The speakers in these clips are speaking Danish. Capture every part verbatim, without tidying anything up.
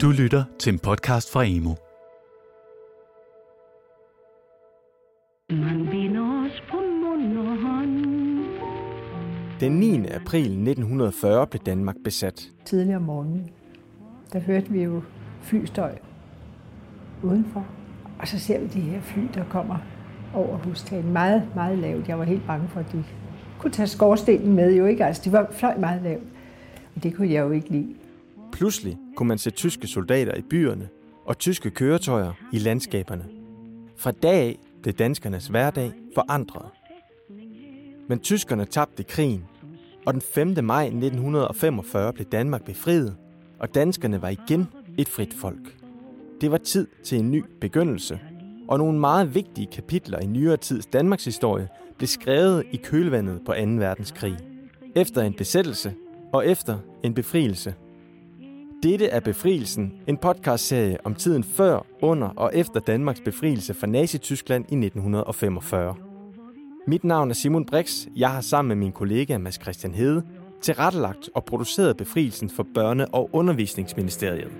Du lytter til en podcast fra Emo. Den niende april nitten fyrre blev Danmark besat. Tidligere om morgenen, der hørte vi jo flystøj udenfor. Og så ser vi de her fly, der kommer over hustagen. Meget, meget lavt. Jeg var helt bange for, at de kunne tage skorstenen med. Jo ikke? Altså, de var fløj meget lavt. Og det kunne jeg jo ikke lide. Pludselig kunne man se tyske soldater i byerne og tyske køretøjer i landskaberne. Fra dag af blev danskernes hverdag forandret. Men tyskerne tabte krigen, og den femte maj nitten femogfyrre blev Danmark befriet, og danskerne var igen et frit folk. Det var tid til en ny begyndelse, og nogle meget vigtige kapitler i nyere tids Danmarks historie blev skrevet i kølvandet på anden verdenskrig. Efter en besættelse og efter en befrielse. Dette er Befrielsen, en podcastserie om tiden før, under og efter Danmarks befrielse fra Nazi-Tyskland i nitten femogfyrre. Mit navn er Simon Brix. Jeg har sammen med min kollega Mads Christian Hede tilrettelagt og produceret Befrielsen for Børne- og Undervisningsministeriet.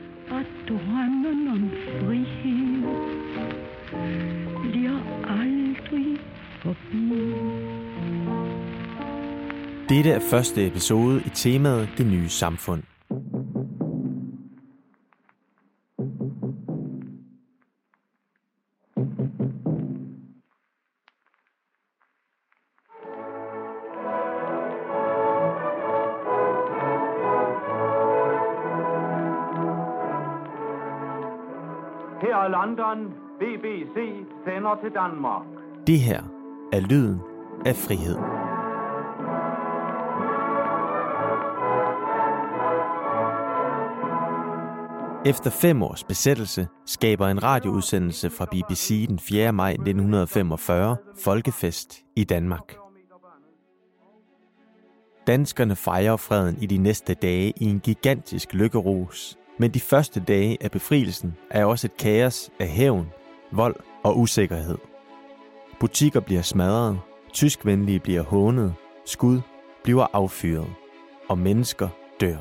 Dette er første episode i temaet Det nye samfund. Her i London, B B C sender til Danmark. Det her er lyden af frihed. Efter fem års besættelse skaber en radioudsendelse fra B B C den fjerde maj nitten femogfyrre folkefest i Danmark. Danskerne fejrer freden i de næste dage i en gigantisk lykkerus. Men de første dage af befrielsen er også et kaos af hævn, vold og usikkerhed. Butikker bliver smadret, tyskvenlige bliver hånet, skud bliver affyret, og mennesker dør.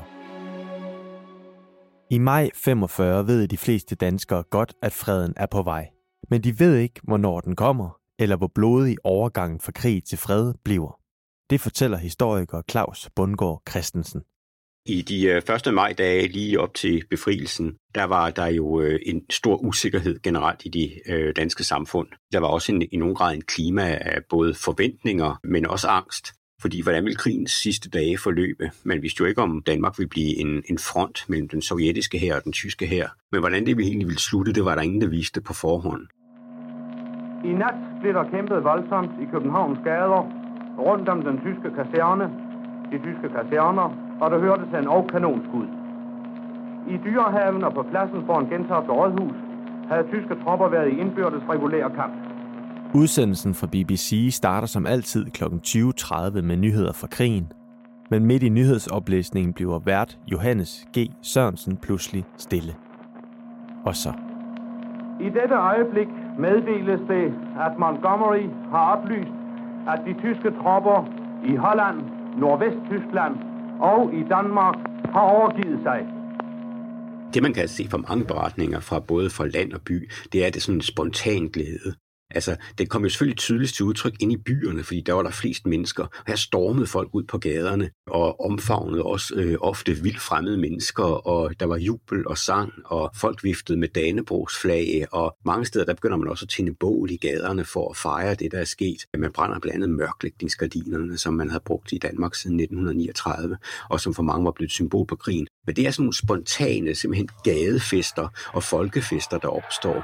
I maj femogfyrre ved de fleste danskere godt, at freden er på vej. Men de ved ikke, hvornår den kommer, eller hvor blodig overgangen fra krig til fred bliver. Det fortæller historiker Claus Bundgaard Christensen. I de øh, første majdage lige op til befrielsen, der var der jo øh, en stor usikkerhed generelt i de øh, danske samfund. Der var også en, i nogen grad en klima af både forventninger, men også angst. Fordi hvordan ville krigens sidste dage forløbe? Man vidste jo ikke, om Danmark ville blive en, en front mellem den sovjetiske hær og den tyske hær. Men hvordan det egentlig ville slutte, det var der ingen, der vidste på forhånd. I nat blev der kæmpet voldsomt i Københavns gader, rundt om den tyske kaserne, de tyske kaserner, og der hørte sig en og kanonskud. I Dyrehaven og på pladsen foran Gentofte Rådhus havde tyske tropper været i indbyrdes regulær kamp. Udsendelsen fra B B C starter som altid klokken tyve tredive med nyheder fra krigen. Men midt i nyhedsoplæsningen bliver vært Johannes G. Sørensen pludselig stille. Og så. I dette øjeblik meddeles det, at Montgomery har oplyst, at de tyske tropper i Holland, Nordvesttyskland og i Danmark har overgivet sig. Det man kan se fra mange beretninger fra både fra land og by, det er det sådan en spontan glæde. Altså, det kom jo selvfølgelig tydeligt til udtryk ind i byerne, fordi der var der flest mennesker. Her stormede folk ud på gaderne og omfavnede også øh, ofte vildt fremmede mennesker, og der var jubel og sang, og folk viftede med Dannebrogsflag, og mange steder der begynder man også at tænde bål i gaderne for at fejre det, der er sket. Man brænder blandt andet mørklægningsgardinerne, som man havde brugt i Danmark siden nitten niogtredive, og som for mange var blevet et symbol på krigen. Men det er sådan nogle spontane, simpelthen gadefester og folkefester, der opstår.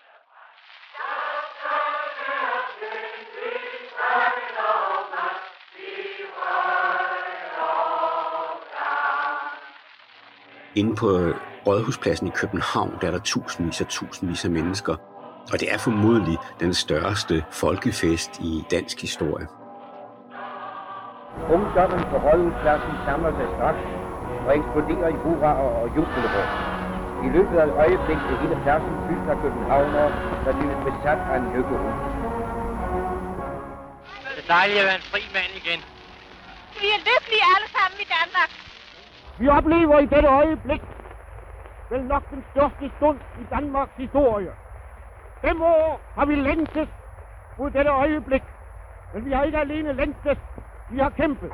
Inde på Rådhuspladsen i København, der er der tusindvis af tusindvis af mennesker. Og det er formodentlig den største folkefest i dansk historie. Ungdommen på Rådhuspladsen samler sig straks og eksploderer i hurraer og jubelråb. I løbet af et øjeblik er hele pladsen fyldt af københavnere, der bliver besat af en lykkerus. Det er dejligt at være en fri mand igen. Vi er lykkelige alle sammen i Danmark. Vi oplever i dette øjeblik vel nok den største stund i Danmarks historie. Fem år har vi længtes mod dette øjeblik, men vi har ikke alene længtes, vi har kæmpet.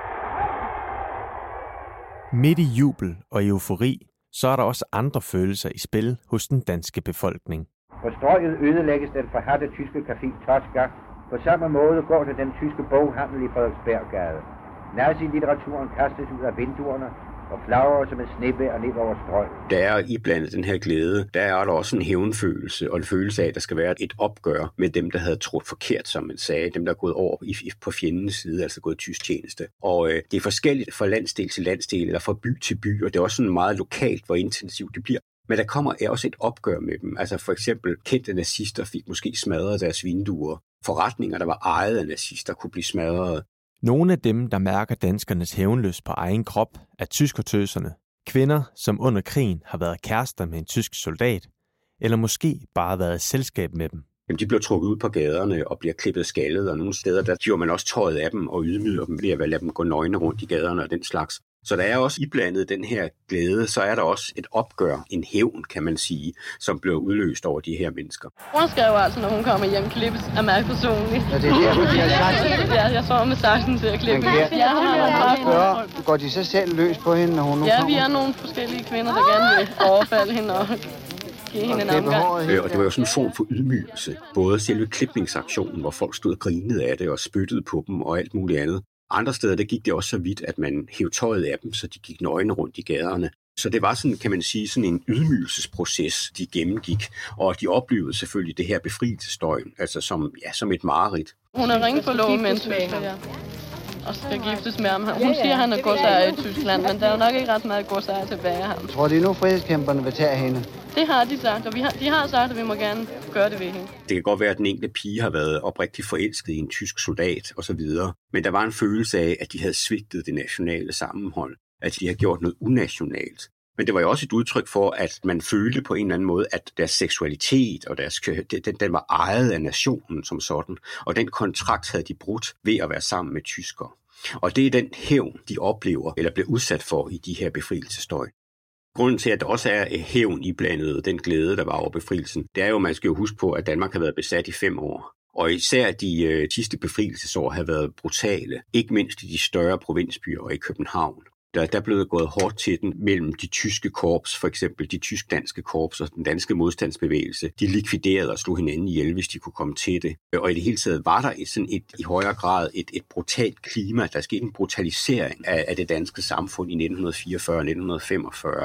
Midt i jubel og eufori, så er der også andre følelser i spil hos den danske befolkning. På strøget ødelægges den forhadte tyske café Tosca. På samme måde går det den tyske boghandel i Frederiksberggade. Nazi-litteraturen kastes ud af vinduerne og flagrer som et snevejr ned over strøget. Der er iblandet den her glæde, der er der også en hævnfølelse og en følelse af, at der skal være et opgør med dem, der havde troet forkert, som man sagde. Dem, der er gået over i, på fjendens side, altså gået tysk tjeneste. Og øh, det er forskelligt fra landsdel til landsdel, eller fra by til by, og det er også sådan meget lokalt, hvor intensivt det bliver. Men der kommer også et opgør med dem. Altså for eksempel kendte nazister fik måske smadret deres vinduer. Forretninger, der var ejet af nazister, kunne blive smadret. Nogle af dem, der mærker danskernes hævnlyst på egen krop, er tyskertøserne. Kvinder, som under krigen har været kærester med en tysk soldat, eller måske bare været i selskab med dem. Jamen, de bliver trukket ud på gaderne og bliver klippet skaldet, og nogle steder, der giver man også tøjet af dem og ydmyger dem ved at lade dem gå nøgne rundt i gaderne og den slags. Så der er også iblandet den her glæde, så er der også et opgør, en hævn, kan man sige, som bliver udløst over de her mennesker. Hun skrev altså, når hun kommer hjem, klippes af mig personligt. Ja, det er det, hun har sagt. Ja, jeg står med saksen til at klippe. Men kan jeg spørge, går de så selv løs på hende, når hun nu Ja, kommer? vi er nogle forskellige kvinder, der gerne vil overfalde hende og give hende en omgang. Og det var jo sådan en form for ydmygelse. Både selve klipningsaktionen, hvor folk stod og grinede af det og spyttede på dem og alt muligt andet. Andre steder, der gik det også så vidt, at man hæv tøjet af dem, så de gik nøgne rundt i gaderne. Så det var sådan, kan man sige, sådan en ydmygelsesproces, de gennemgik. Og de oplevede selvfølgelig det her befrielsesdøgn, altså som, ja, som et mareridt. Hun er ringforlovet med en tysker, ja. Og skal giftes med ham. Hun siger, at han er godsejer i Tyskland, men der er jo nok ikke ret meget godsejer tilbage af ham. Tror de nu, frihedskæmperne vil tage hende? Det har de sagt, og vi har, de har sagt, at vi må gerne gøre det ved hende. Det kan godt være, at den enkelte pige har været oprigtigt forelsket i en tysk soldat osv., men der var en følelse af, at de havde svigtet det nationale sammenhold, at de havde gjort noget unationalt. Men det var jo også et udtryk for, at man følte på en eller anden måde, at deres seksualitet og deres den, den var ejet af nationen som sådan, og den kontrakt havde de brudt ved at være sammen med tyskere. Og det er den hævn, de oplever eller bliver udsat for i de her befrielsesdøgn. Grunden til, at der også er hævn iblandet, den glæde, der var over befrielsen, det er jo, at man skal jo huske på, at Danmark har været besat i fem år. Og især de øh, sidste befrielsesår har været brutale, ikke mindst i de større provinsbyer og i København. Der, der blev gået hårdt til den mellem de tyske korps, for eksempel de tysk-danske korps og den danske modstandsbevægelse. De likviderede og slog hinanden ihjel, hvis de kunne komme til det. Og i det hele taget var der et, sådan et, i højere grad et, et brutalt klima. Der skete en brutalisering af, af det danske samfund i nitten fireogfyrre og nitten femogfyrre.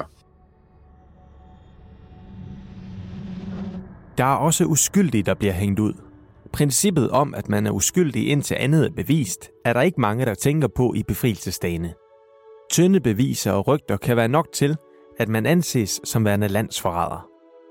Der er også uskyldige, der bliver hængt ud. Princippet om, at man er uskyldig indtil andet er bevist, er der ikke mange, der tænker på i befrielsesdagene. Tynde beviser og rygter kan være nok til, at man anses som værende landsforræder.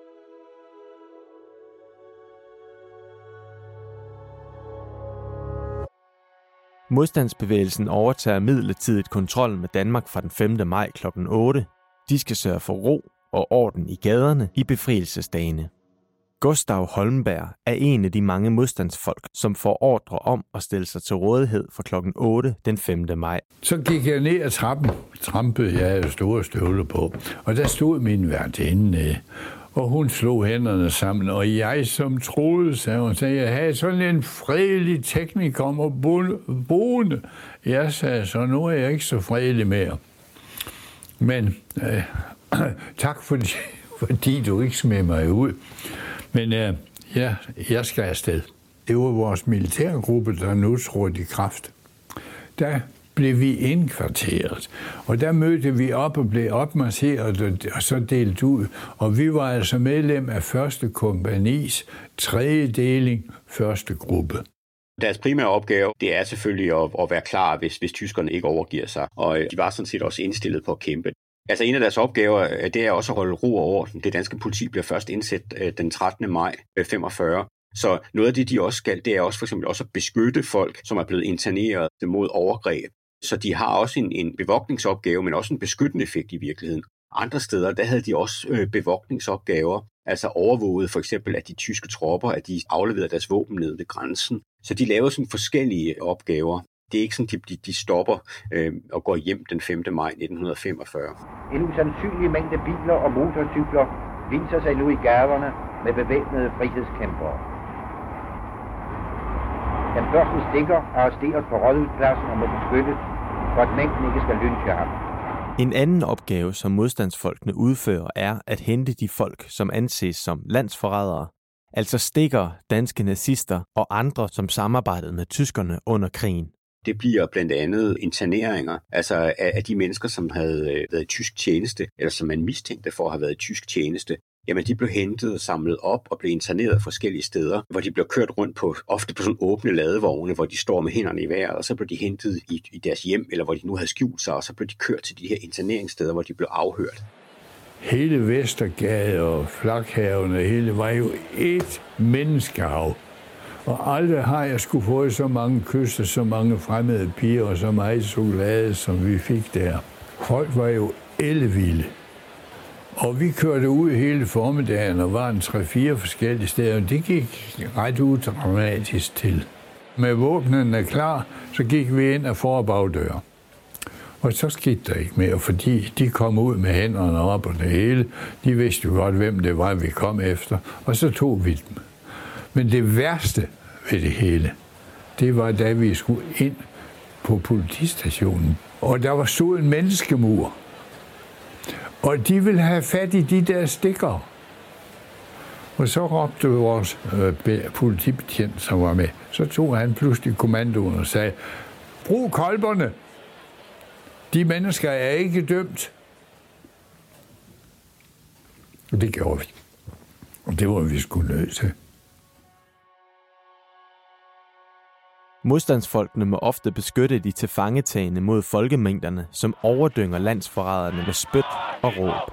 Modstandsbevægelsen overtager midlertidigt kontrollen med Danmark fra den femte maj klokken otte. De skal sørge for ro og orden i gaderne i befrielsesdagene. Gustav Holmberg er en af de mange modstandsfolk, som får ordre om at stille sig til rådighed for klokken otte den femte maj. Så gik jeg ned ad trappen. Trampede jeg havde store støvler på. Og der stod min værtinde nede. Og hun slog hænderne sammen. Og jeg som troede, sagde hun, sagde, jeg havde sådan en fredelig teknikum og boende. Jeg sagde, så nu er jeg ikke så fredelig mere. Men øh, tak fordi, fordi du ikke smed mig ud. Men øh, ja, jeg skal afsted. Det var vores militærgruppe, der nu trådte i kraft. Der blev vi indkvarteret, og der mødte vi op og blev opmarcheret og så delt ud. Og vi var altså medlem af første kompanis tredje deling, første gruppe. Deres primære opgave, det er selvfølgelig at, at være klar, hvis, hvis tyskerne ikke overgiver sig. Og de var sådan set også indstillet på at kæmpe. Altså en af deres opgaver, det er også at holde ro og orden. Det danske politi bliver først indsat den trettende maj femogfyrre. Så noget af det, de også skal, det er også for eksempel også at beskytte folk, som er blevet interneret mod overgreb. Så de har også en, en bevogtningsopgave, men også en beskyttende effekt i virkeligheden. Andre steder, der havde de også øh, bevogtningsopgaver, altså overvåget for eksempel, at de tyske tropper, at de afleverede deres våben ned ved grænsen. Så de lavede sådan forskellige opgaver. Det er ikke sådan, de, de stopper øh, og går hjem den femte maj nitten femogfyrre. En usandsynlig mængde biler og motorcykler viser sig nu i gaderne med bevæbnede frihedskæmpere. Den første stikker er arresteret på Rådhuspladsen og må beskyttes, for at mængden ikke skal lynche ham. En anden opgave, som modstandsfolkene udfører, er at hente de folk, som anses som landsforrædere, altså stikkere, danske nazister og andre, som samarbejdede med tyskerne under krigen. Det bliver blandt andet interneringer, altså af, af de mennesker, som havde været i tysk tjeneste, eller som man mistænkte for at have været i tysk tjeneste. Jamen, de blev hentet og samlet op og blev interneret forskellige steder, hvor de blev kørt rundt på, ofte på sådan åbne ladevogne, hvor de står med hænderne i vejret, og så blev de hentet i, i deres hjem, eller hvor de nu havde skjult sig, og så blev de kørt til de her interneringssteder, hvor de blev afhørt. Hele Vestergade og Flakhavene, hele var jo et menneskehav. Og aldrig har jeg skulle få så mange kysser, så mange fremmede piger og så meget chokolade, som vi fik der. Folk var jo ellevilde. Og vi kørte ud hele formiddagen og var en tre-fire forskellige steder, og det gik ret udramatisk til. Med våbnene klar, så gik vi ind af for- og bagdør. Og så skete der ikke mere, fordi de kom ud med hænderne op og det hele. De vidste jo godt, hvem det var, vi kom efter, og så tog vi dem. Men det værste ved det hele, det var, da vi skulle ind på politistationen, og der var stod en menneskemur. Og de ville have fat i de der stikker. Og så råbte vores øh, politibetjent, som var med. Så tog han pludselig kommandoen og sagde, brug kolberne. De mennesker er ikke dømt. Og det gjorde vi. Og det var vi sgu nødt til. Modstandsfolkene må ofte beskytte de tilfangetagende mod folkemængderne, som overdynger landsforræderne med spyt og råb.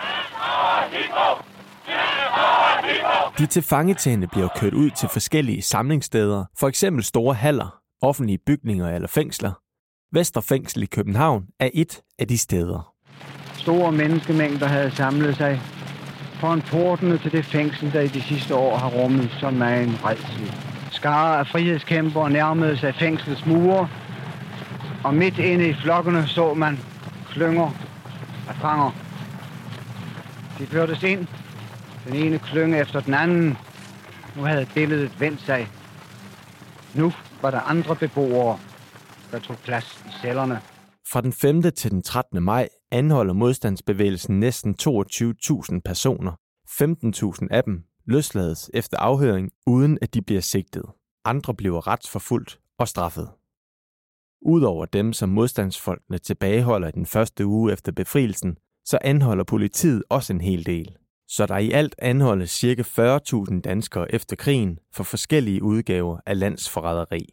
De tilfangetagende bliver kørt ud til forskellige samlingssteder, for eksempel store haller, offentlige bygninger eller fængsler. Vestre Fængsel i København er et af de steder. Store menneskemængder havde samlet sig foran portene til det fængsel, der i de sidste år har rummet så meget en rædsel. Skarer af frihedskæmpere nærmede sig fængslets mure, og midt inde i flokkene så man klynger af fanger. De førtes ind, den ene klynge efter den anden. Nu havde billedet vendt sig. Nu var der andre beboere, der tog plads i cellerne. Fra den femte til den trettende maj anholder modstandsbevægelsen næsten toogtyve tusind personer. femten tusind af dem løslades efter afhøring, uden at de bliver sigtet. Andre bliver retsforfulgt og straffet. Udover dem, som modstandsfolkene tilbageholder i den første uge efter befrielsen, så anholder politiet også en hel del. Så der i alt anholdes ca. fyrre tusind danskere efter krigen for forskellige udgaver af landsforræderi.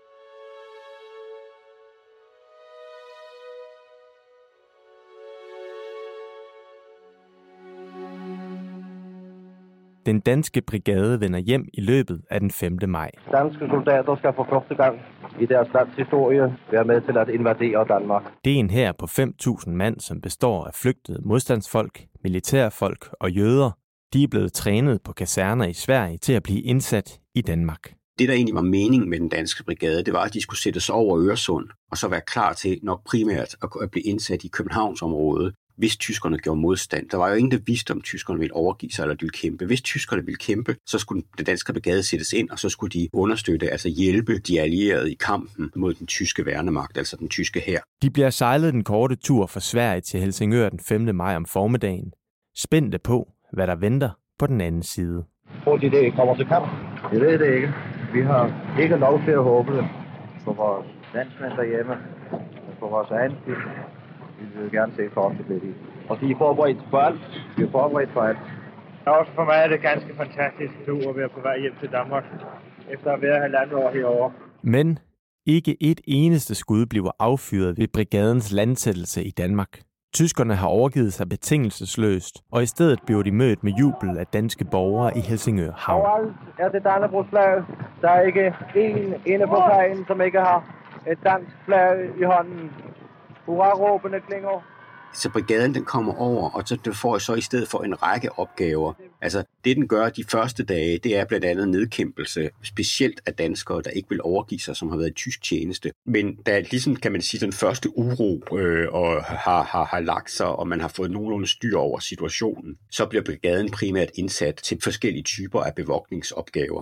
Den danske brigade vender hjem i løbet af den femte maj. Danske soldater skal for første gang i deres lands historie være med til at invadere Danmark. Det er en hær på fem tusind mand, som består af flygtede modstandsfolk, militærfolk og jøder. De er blevet trænet på kaserner i Sverige til at blive indsat i Danmark. Det, der egentlig var meningen med den danske brigade, det var, at de skulle sættes over Øresund, og så være klar til nok primært at blive indsat i Københavnsområdet, hvis tyskerne gjorde modstand. Der var jo ingen, der vidste, om tyskerne ville overgive sig eller de ville kæmpe. Hvis tyskerne ville kæmpe, så skulle den danske brigade sættes ind, og så skulle de understøtte, altså hjælpe de allierede i kampen mod den tyske værnemagt, altså den tyske hær. De bliver sejlet den korte tur fra Sverige til Helsingør den femte maj om formiddagen. Spændte på, hvad der venter på den anden side. Tror de, det kommer til kamp? Jeg ved det ikke. Vi har ikke lov til at håbe det for vores landsmænd derhjemme, for vores egen skyld. Vi vil gerne se fortsat lidt i. Og de er forberedt for alt. Vi er forberedt for alt. Også for mig er det ganske fantastisk nu at være på vej hjem til Danmark, efter at have været halvandet år herovre. Men ikke et eneste skud bliver affyret ved brigadens landsættelse i Danmark. Tyskerne har overgivet sig betingelsesløst, og i stedet bliver de mødt med jubel af danske borgere i Helsingør Havn. Overalt er det Dannebrogsflag. Der er ikke én inde på kajen, som ikke har et dansk flag i hånden. Hurra-råbene klinger Så brigaden den kommer over, og så får så i stedet for en række opgaver. Altså det den gør de første dage, det er blandt andet nedkæmpelse, specielt af danskere, der ikke vil overgive sig, som har været i tysk tjeneste. Men da ligesom, kan man sige, den første uro øh, og har, har, har lagt sig, og man har fået nogenlunde styr over situationen, så bliver brigaden primært indsat til forskellige typer af bevogtningsopgaver.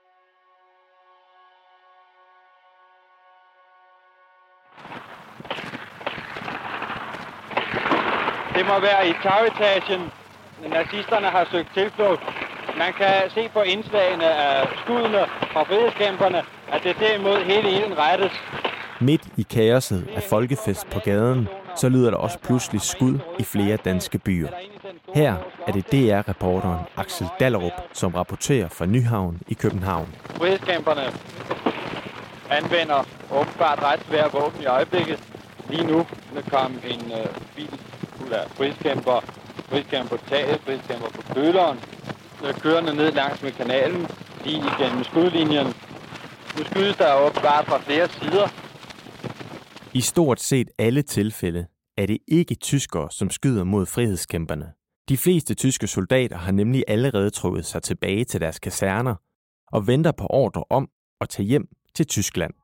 Det må være i tagetagen, nazisterne har søgt tilflugt. Man kan se på indslagene af skuddene fra frihedskæmperne, at det derimod hele ilden rettes. Midt i kaoset af folkefest på gaden, så lyder der også pludselig skud i flere danske byer. Her er det D R-reporteren Axel Dallerup, som rapporterer fra Nyhavn i København. Frihedskæmperne anvender åbenbart ret svære våben i øjeblikket. Lige nu kom en øh, bil fuld af frihedskæmper, frihedskæmper på taget, frihedskæmper på køleren, kørende ned langs med kanalen, lige igennem skudlinjen. Nu skydes der åbenbart fra flere sider. I stort set alle tilfælde er det ikke tyskere, som skyder mod frihedskæmperne. De fleste tyske soldater har nemlig allerede trukket sig tilbage til deres kaserner og venter på ordre om at tage hjem til Tyskland.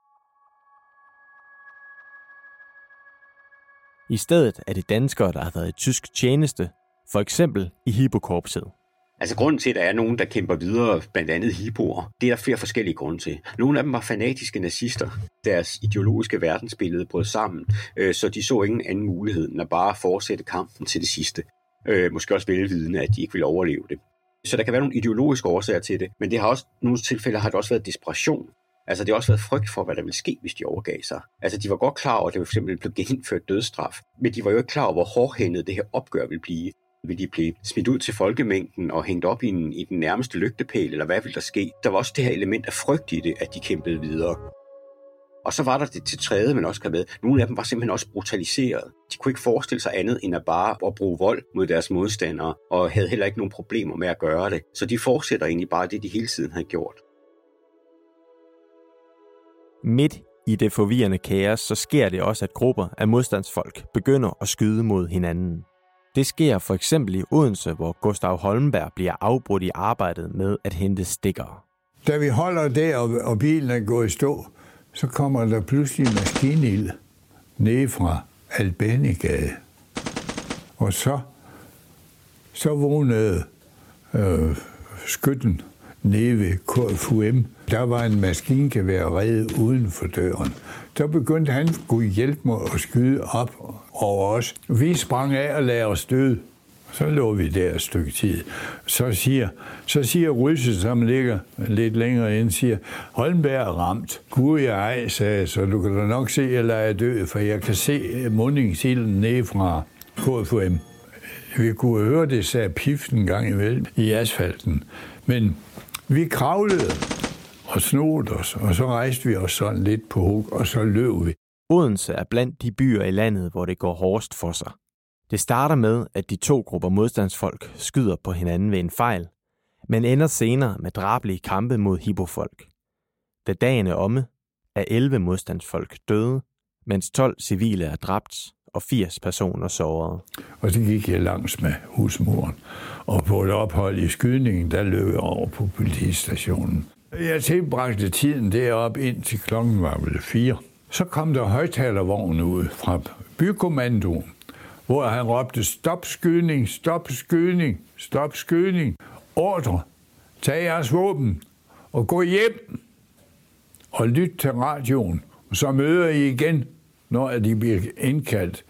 I stedet er det danskere, der har været i tysk tjeneste, for eksempel i Hipo-korpset. Altså grunden til, at der er nogen, der kæmper videre, blandt andet hipoer, det er der flere forskellige grunde til. Nogle af dem var fanatiske nazister. Deres ideologiske verdensbillede brød sammen, øh, så de så ingen anden mulighed end at bare fortsætte kampen til det sidste. Øh, måske også velvidende, at de ikke ville overleve det. Så der kan være nogle ideologiske årsager til det, men det har også, nogle tilfælde har det også været desperation. Altså det har også været frygt for, hvad der ville ske, hvis de overgav sig. Altså de var godt klar over, at det for eksempel blev genindført dødsstraf, men de var jo ikke klar over, hvor hårdhændet det her opgør ville blive. Vil de blive smidt ud til folkemængden og hængt op i, en, i den nærmeste lygtepæl, eller hvad ville der ske? Der var også det her element af frygt i det, at de kæmpede videre. Og så var der det til tredje, men også kan med. Nogle af dem var simpelthen også brutaliseret. De kunne ikke forestille sig andet end at bare at bruge vold mod deres modstandere, og havde heller ikke nogen problemer med at gøre det. Så de fortsætter egentlig bare det, de hele tiden havde gjort. Midt i det forvirrende kaos, så sker det også, at grupper af modstandsfolk begynder at skyde mod hinanden. Det sker for eksempel i Odense, hvor Gustav Holmberg bliver afbrudt i arbejdet med at hente stikkere. Da vi holder der, og bilen er gået i stå, så kommer der pludselig maskinild nede fra Albanigade. Og så, så vågnede øh, skytten nede ved K F U M. Der var en maskingevær reddet uden for døren. Der begyndte han at kunne hjælpe mig at skyde op over os. Vi sprang af og lagde os døde. Så lå vi der et stykke tid. Så siger, så siger Rysse, som ligger lidt længere ind, siger, Holmberg er ramt. Gud jeg ej, sagde, så du kan da nok se, at jeg er død, for jeg kan se mundingsilden nede fra K F U M. Vi kunne høre det, sagde Pif en gang imellem i asfalten. Men vi kravlede og snodede os, og så rejste vi os sådan lidt på hug, og så løb vi. Odense er blandt de byer i landet, hvor det går hårdest for sig. Det starter med, at de to grupper modstandsfolk skyder på hinanden ved en fejl, men ender senere med drabelige kampe mod hipofolk. Da dagen er omme, er elleve modstandsfolk døde, mens tolv civile er dræbt og firs personer sårede. Og så gik jeg langs med husmuren, og på et ophold i skydningen, der løb jeg over på politistationen. Jeg tilbragte tiden deroppe ind til klokken var vel fire. Så kom der højttalervognen ud fra bykommandoen, hvor han råbte, stop skydning, stop skydning, stop skydning, ordre, tag jeres våben og gå hjem og lyt til radioen, og så møder I igen, når de bliver indkaldt.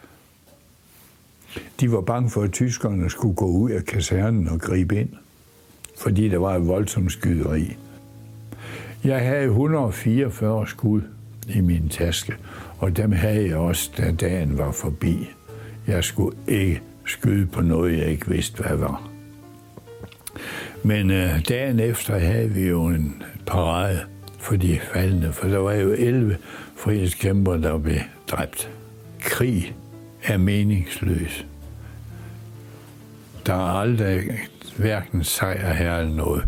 De var bange for, at tyskerne skulle gå ud af kasernen og gribe ind, fordi der var et voldsomt skyderi. Jeg havde et hundrede og fireogfyrre skud i min taske, og dem havde jeg også, da dagen var forbi. Jeg skulle ikke skyde på noget, jeg ikke vidste, hvad var. Men øh, dagen efter havde vi jo en parade for de faldne, for der var jo elleve frihedskæmper, der blev dræbt. Krig er meningsløs. Der er aldrig hverken sejr her eller noget.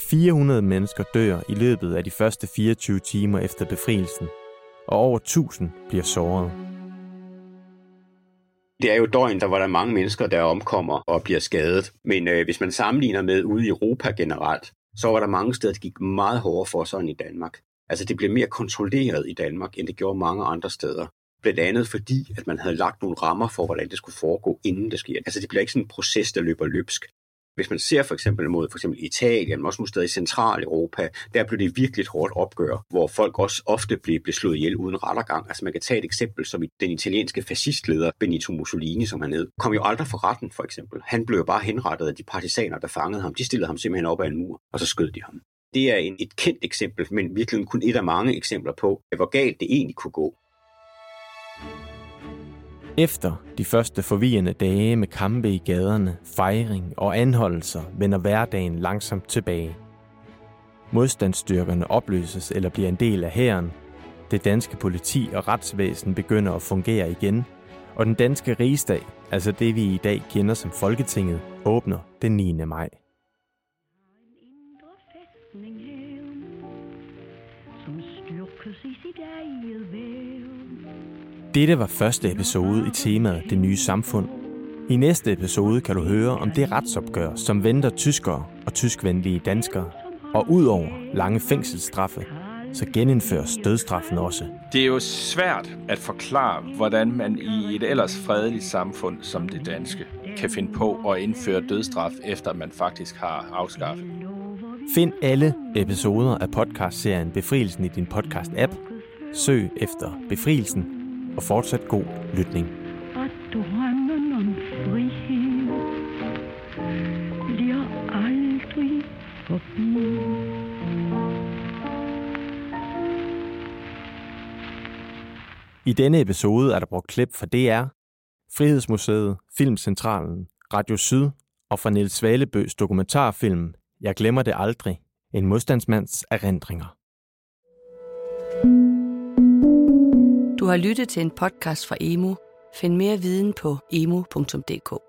fire hundrede mennesker dør i løbet af de første fireogtyve timer efter befrielsen, og over tusind bliver såret. Det er jo døgn, der var der mange mennesker, der omkommer og bliver skadet. Men øh, hvis man sammenligner med ude i Europa generelt, så var der mange steder, der gik meget hårdere for sig end i Danmark. Altså det blev mere kontrolleret i Danmark, end det gjorde mange andre steder. Blandt andet fordi, at man havde lagt nogle rammer for, hvordan det skulle foregå, inden det sker. Altså det bliver ikke sådan en proces, der løber løbsk. Hvis man ser for eksempel mod for eksempel Italien, men også nogle steder i Centraleuropa, der blev det virkelig et hårdt opgør, hvor folk også ofte blev, blev slået ihjel uden rettergang. Altså man kan tage et eksempel som den italienske fascistleder Benito Mussolini, som han hed, kom jo aldrig for retten for eksempel. Han blev jo bare henrettet af de partisaner, der fangede ham. De stillede ham simpelthen op ad en mur, og så skød de ham. Det er en, et kendt eksempel, men virkelig kun et af mange eksempler på, hvor galt det egentlig kunne gå. Efter de første forvirrende dage med kampe i gaderne, fejring og anholdelser vender hverdagen langsomt tilbage. Modstandsstyrkerne opløses eller bliver en del af hæren. Det danske politi og retsvæsen begynder at fungere igen, og den danske rigsdag, altså det vi i dag kender som Folketinget, åbner den niende maj. Dette var første episode i temaet Det nye samfund. I næste episode kan du høre om det retsopgør, som venter tyskere og tyskvenlige danskere. Og udover lange fængselsstraffe, så genindføres dødsstraffen også. Det er jo svært at forklare, hvordan man i et ellers fredeligt samfund som det danske kan finde på at indføre dødsstraf, efter man faktisk har afskaffet. Find alle episoder af podcastserien Befrielsen i din podcast-app. Søg efter Befrielsen og fortsat god lytning. Og drømmen om frihed bliver aldrig forbi. I denne episode er der brugt klip fra D R, Frihedsmuseet, Filmcentralen, Radio Syd og fra Niels Svalebøs dokumentarfilm Jeg glemmer det aldrig, en modstandsmands erindringer. Du har lyttet til en podcast fra Emo. Find mere viden på emo punktum d k.